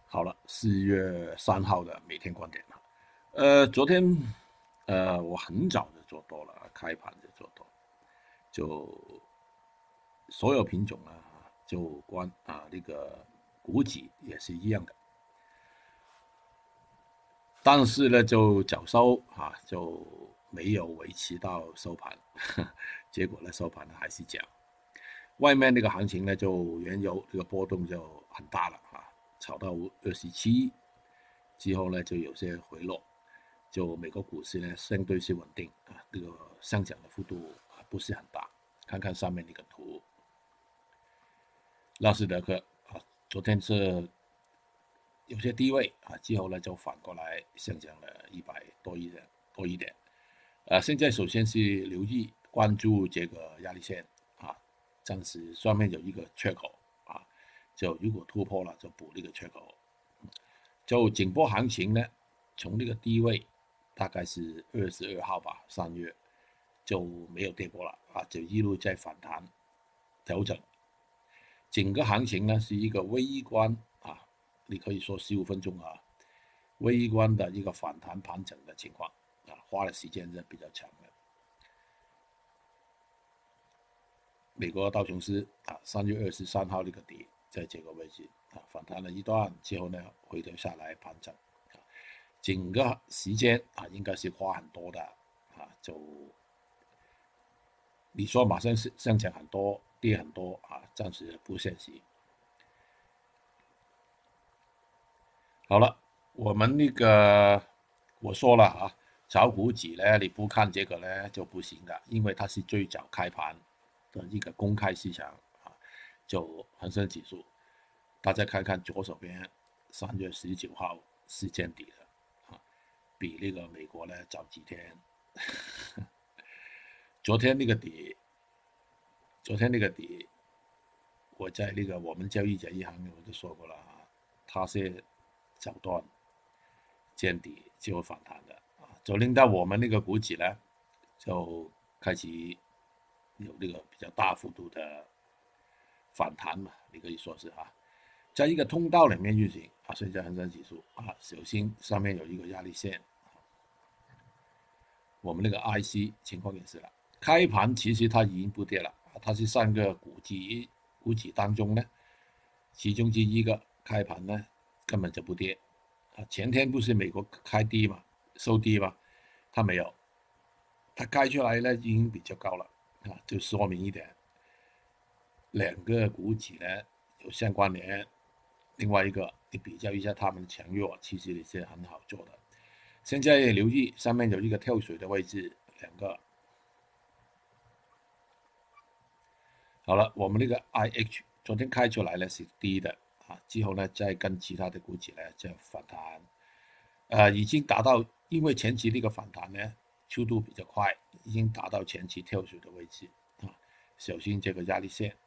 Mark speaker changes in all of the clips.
Speaker 1: 好了，4月3号的每天观点了。昨天我很早就做多了，开盘就做多，就所有品种啊，就那个股指也是一样的，但是呢就早收就没有维持到收盘，结果呢收盘呢还是涨。外面那个行情呢，就原油这个波动就很大了炒到27之后呢就有些回落，就美国股市呢相对是稳定这个上涨的幅度不是很大。看看上面那个图，纳斯达克昨天是有些低位之后呢就反过来上涨了100多一点。现在首先是留意关注这个压力线暂时上面有一个缺口就如果突破了就补那个缺口。就整波行情呢，从那个低位大概是22号吧，3月就没有跌过了就一路在反弹调整。整个行情呢是一个微观你可以说15分钟微观的一个反弹盘整的情况花的时间是比较长的。美国道琼斯3月23号那个底在这个位置反弹了一段之后呢，回头下来盘整整个时间应该是花很多的就你说马上上涨很多跌很多暂时不现实。好了，我们那个我说了炒股指呢，你不看这个呢就不行的，因为它是最早开盘的一个公开市场就恒生指数，大家看看左手边3月19号是见底的比那个美国呢早几天。昨天那个底，昨天那个底，我在那个我们交易者一行我就说过了它是早段见底就反弹的就令到我们那个股指呢就开始有那个比较大幅度的反弹嘛，你可以说是在一个通道里面运行现在恒生指数首先上面有一个压力线，我们那个 IC 情况也是了，开盘其实它已经不跌了它是3个股指当中呢，其中之一个开盘呢根本就不跌前天不是美国开低嘛，收低嘛，它没有，它开出来呢已经比较高了就说明一点，两个股指呢有相关联。另外一个，你比较一下它们的强弱，其实也是很好做的。现在留意上面有一个跳水的位置，两个。好了，我们那个 IH 昨天开出来呢是低的之后呢再跟其他的股指呢再反弹，已经达到，因为前期那个反弹呢速度比较快，已经达到前期跳水的位置小心这个压力线。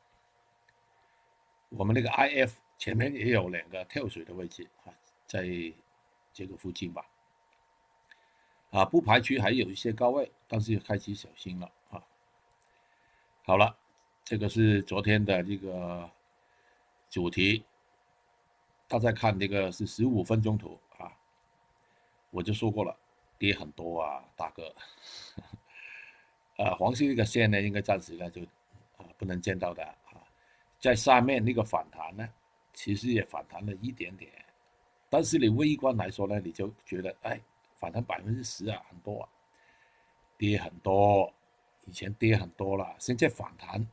Speaker 1: 我们那个 IF 前面也有两个跳水的位置在这个附近吧不排除还有一些高位，但是开始小心了好了，这个是昨天的这个主题，大家看这个是15分钟图我就说过了，跌很多大哥黄色这个线呢，应该暂时呢就不能见到的在上面那个反弹呢，其实也反弹了一点点，但是你微观来说呢，你就觉得反弹10%很多跌很多，以前跌很多了，现在反弹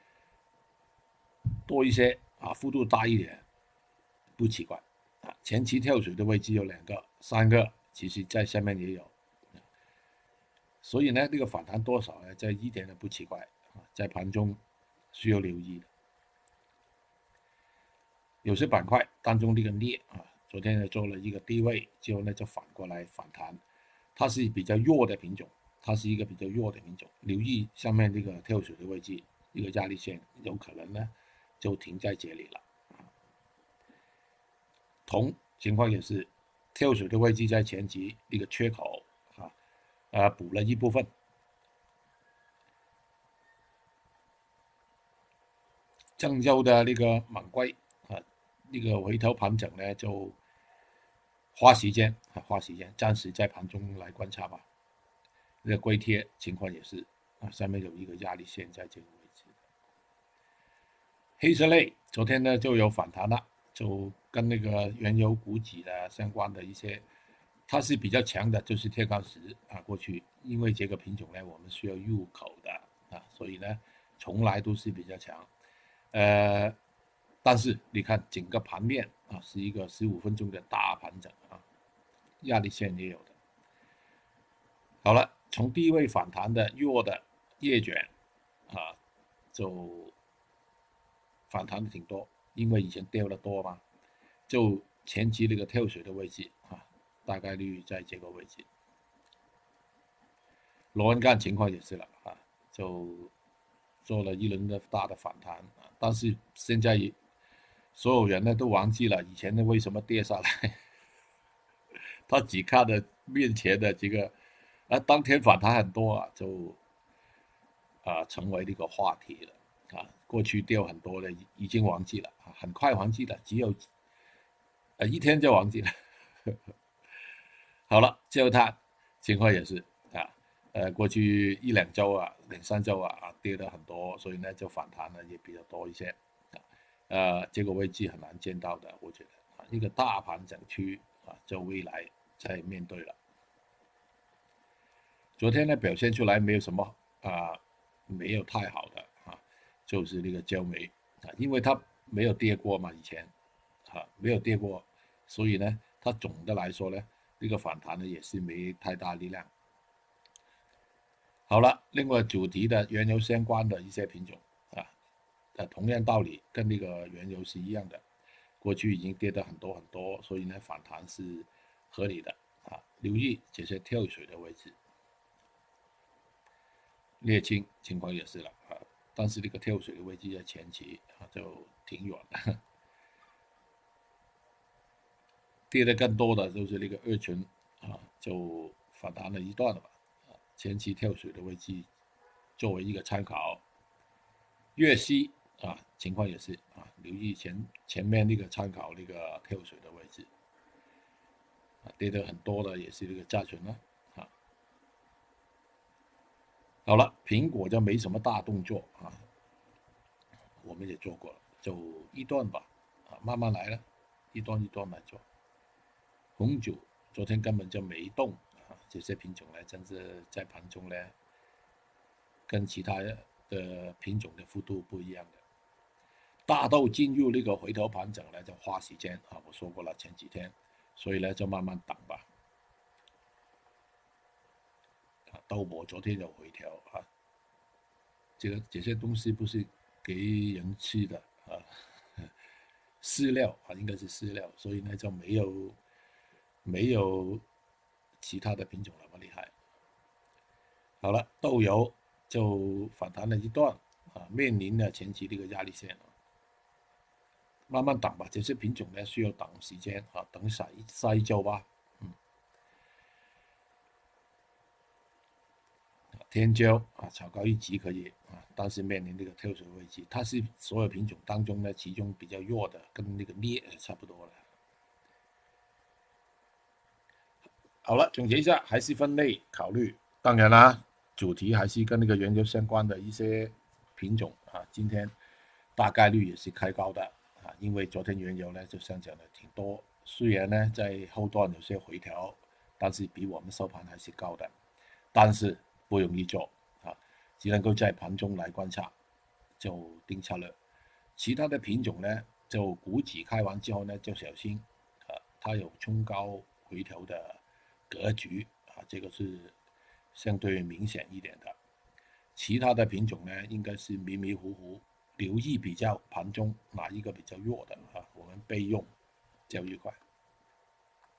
Speaker 1: 多一些幅度大一点，不奇怪前期跳水的位置有两个、三个，其实在下面也有，所以呢，这个反弹多少呢，这一点都不奇怪在盘中需要留意的。有些板块当中这个镍昨天呢做了一个低位之后呢就反过来反弹，它是比较弱的品种，它是一个比较弱的品种，留意上面这个跳水的位置，一个压力线有可能呢就停在这里了铜情况也是，跳水的位置在前期一个缺口补了一部分。郑州的那个猛龟那个回头盘整呢，就花时间，暂时在盘中来观察吧。那个硅贴情况也是上面有一个压力线在这个位置。黑色类昨天呢就有反弹了，就跟那个原油股指的相关的一些，它是比较强的，就是铁矿石过去因为这个品种呢我们需要入口的所以呢从来都是比较强。但是你看整个盘面是一个15分钟的大盘整压力线也有的。好了，从低位反弹的弱的夜卷就反弹的挺多，因为以前掉的多嘛，就前期那个跳水的位置大概率在这个位置。螺纹钢情况也是了就做了一轮的大的反弹但是现在所有人呢都忘记了以前呢为什么跌下来，他只看的面前的这个当天反弹很多就成为这个话题了过去掉很多的已经忘记了很快忘记了，只有一天就忘记了。好了，焦炭情况也是过去一两周两三周跌了很多，所以呢就反弹呢也比较多一些这个位置很难见到的，我觉得一个大盘整区就未来在面对了。昨天呢表现出来没有什么没有太好的就是那个焦煤因为它没有跌过嘛，以前没有跌过，所以呢它总的来说呢这个反弹呢也是没太大力量。好了，另外主题的原油相关的一些品种同样道理跟那个原油是一样的，过去已经跌得很多很多，所以呢反弹是合理的留意这些跳水的位置。沥青情况也是了但是这个跳水的位置在前期就挺远的。跌得更多的就是那个二醇就反弹了一段了吧前期跳水的位置作为一个参考。粤西情况也是留意前面那个参考那个跳水的位置跌得很多的也是那个加权了好了，苹果就没什么大动作我们也做过了，就一段吧慢慢来了，一段一段来做。红酒昨天根本就没动这些品种呢，真是在盘中呢，跟其他的品种的幅度不一样的。大豆进入那个回头盘整呢，就花时间我说过了前几天，所以呢就慢慢等吧。豆粕昨天有回调这些东西不是给人吃的饲料应该是饲料，所以呢就没有其他的品种那么厉害。好了，豆油就反弹了一段面临了前期这个压力线慢慢等吧，这些品种呢需要等时间等下一周吧。天椒炒高一级可以但是面临这个跳水位置，它是所有品种当中呢其中比较弱的，跟那个镍差不多了。好了，总结一下，还是分类考虑。当然啦，主题还是跟那个原油相关的一些品种今天大概率也是开高的因为昨天原油呢就上涨了挺多，虽然呢在后段有些回调，但是比我们收盘还是高的，但是不容易做只能够在盘中来观察，就定策略。其他的品种呢，就股指开完之后呢，就小心它有冲高回调的格局这个是相对明显一点的。其他的品种呢，应该是迷迷糊糊，留意比较盘中哪一个比较弱的我们备用。交易快。